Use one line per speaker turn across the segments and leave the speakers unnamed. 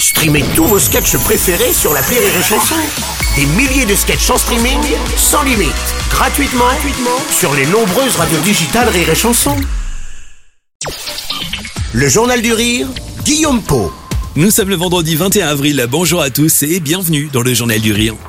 Streamez tous vos sketchs préférés sur l'appli Rire et Chanson. Des milliers de sketchs en streaming, sans limite, gratuitement sur les nombreuses radios digitales Rire et Chanson. Le Journal du Rire, Guillaume Pau.
Nous sommes le vendredi 21 avril, bonjour à tous et bienvenue dans le Journal du Rire.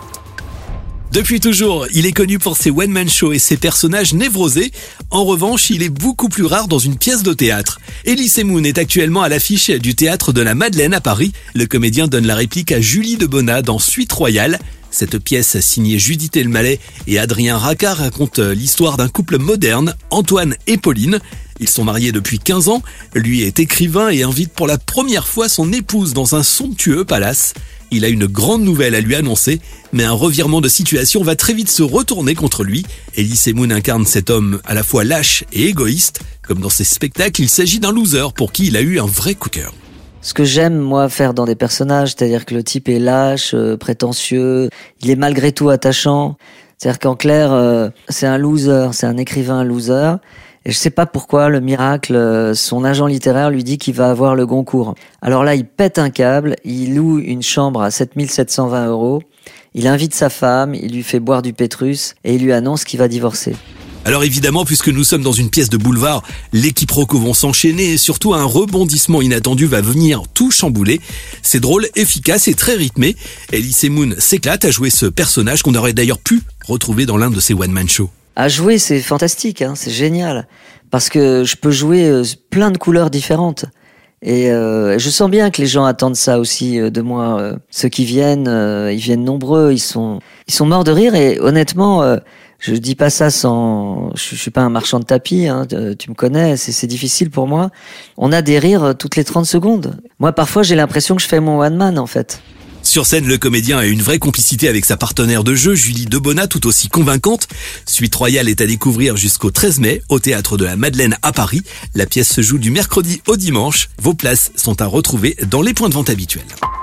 Depuis toujours, il est connu pour ses one-man shows et ses personnages névrosés. En revanche, il est beaucoup plus rare dans une pièce de théâtre. Elie Semoun est actuellement à l'affiche du théâtre de la Madeleine à Paris. Le comédien donne la réplique à Julie Debona dans Suite Royale. Cette pièce signée Judith Elmaleh et Adrien Racah raconte l'histoire d'un couple moderne, Antoine et Pauline. Ils sont mariés depuis 15 ans. Lui est écrivain et invite pour la première fois son épouse dans un somptueux palace. Il a une grande nouvelle à lui annoncer, mais un revirement de situation va très vite se retourner contre lui. Elie Semoun incarne cet homme à la fois lâche et égoïste. Comme dans ses spectacles, il s'agit d'un loser pour qui il a eu un vrai coup de cœur.
Ce que j'aime, moi, faire dans des personnages, c'est-à-dire que le type est lâche, prétentieux, il est malgré tout attachant. C'est-à-dire qu'en clair, c'est un loser, c'est un écrivain loser. Et je sais pas pourquoi, le miracle, son agent littéraire lui dit qu'il va avoir le Goncourt. Alors là, il pète un câble, il loue une chambre à 7720 €, il invite sa femme, il lui fait boire du Pétrus et il lui annonce qu'il va divorcer.
Alors évidemment, puisque nous sommes dans une pièce de boulevard, les quiproquos vont s'enchaîner et surtout un rebondissement inattendu va venir tout chambouler. C'est drôle, efficace et très rythmé. Elie Semoun s'éclate à jouer ce personnage qu'on aurait d'ailleurs pu retrouver dans l'un de ses one-man shows.
À jouer, c'est fantastique, c'est génial. Parce que je peux jouer plein de couleurs différentes. Et je sens bien que les gens attendent ça aussi de moi. Ceux qui viennent, ils viennent nombreux, ils sont morts de rire. Et honnêtement, je dis pas ça sans... Je suis pas un marchand de tapis, tu me connais, c'est difficile pour moi. On a des rires toutes les 30 secondes. Moi, parfois, j'ai l'impression que je fais mon one man, en fait.
Sur scène, le comédien a une vraie complicité avec sa partenaire de jeu, Julie Debona, tout aussi convaincante. Suite Royale est à découvrir jusqu'au 13 mai au théâtre de la Madeleine à Paris. La pièce se joue du mercredi au dimanche. Vos places sont à retrouver dans les points de vente habituels.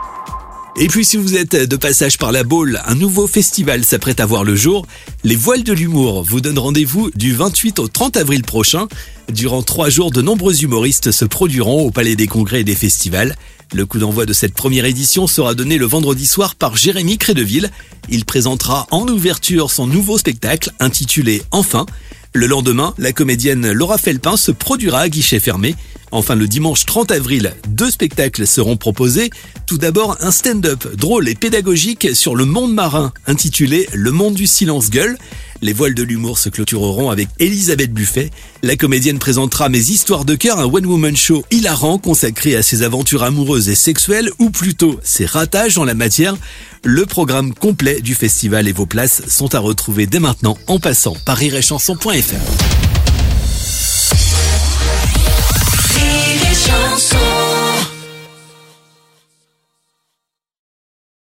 Et puis si vous êtes de passage par la Baule, un nouveau festival s'apprête à voir le jour. Les Voiles de l'Humour vous donnent rendez-vous du 28 au 30 avril prochain. Durant 3 jours, de nombreux humoristes se produiront au Palais des Congrès et des Festivals. Le coup d'envoi de cette première édition sera donné le vendredi soir par Jérémy Crédeville. Il présentera en ouverture son nouveau spectacle intitulé « Enfin ». Le lendemain, la comédienne Laura Felpin se produira à guichet fermé. Enfin, le dimanche 30 avril, 2 spectacles seront proposés. Tout d'abord, un stand-up drôle et pédagogique sur le monde marin, intitulé « Le monde du silence gueule ». Les Voiles de l'Humour se clôtureront avec Elisabeth Buffet. La comédienne présentera Mes histoires de cœur, un one-woman show hilarant consacré à ses aventures amoureuses et sexuelles, ou plutôt ses ratages en la matière. Le programme complet du festival et vos places sont à retrouver dès maintenant en passant par rireetchanson.fr.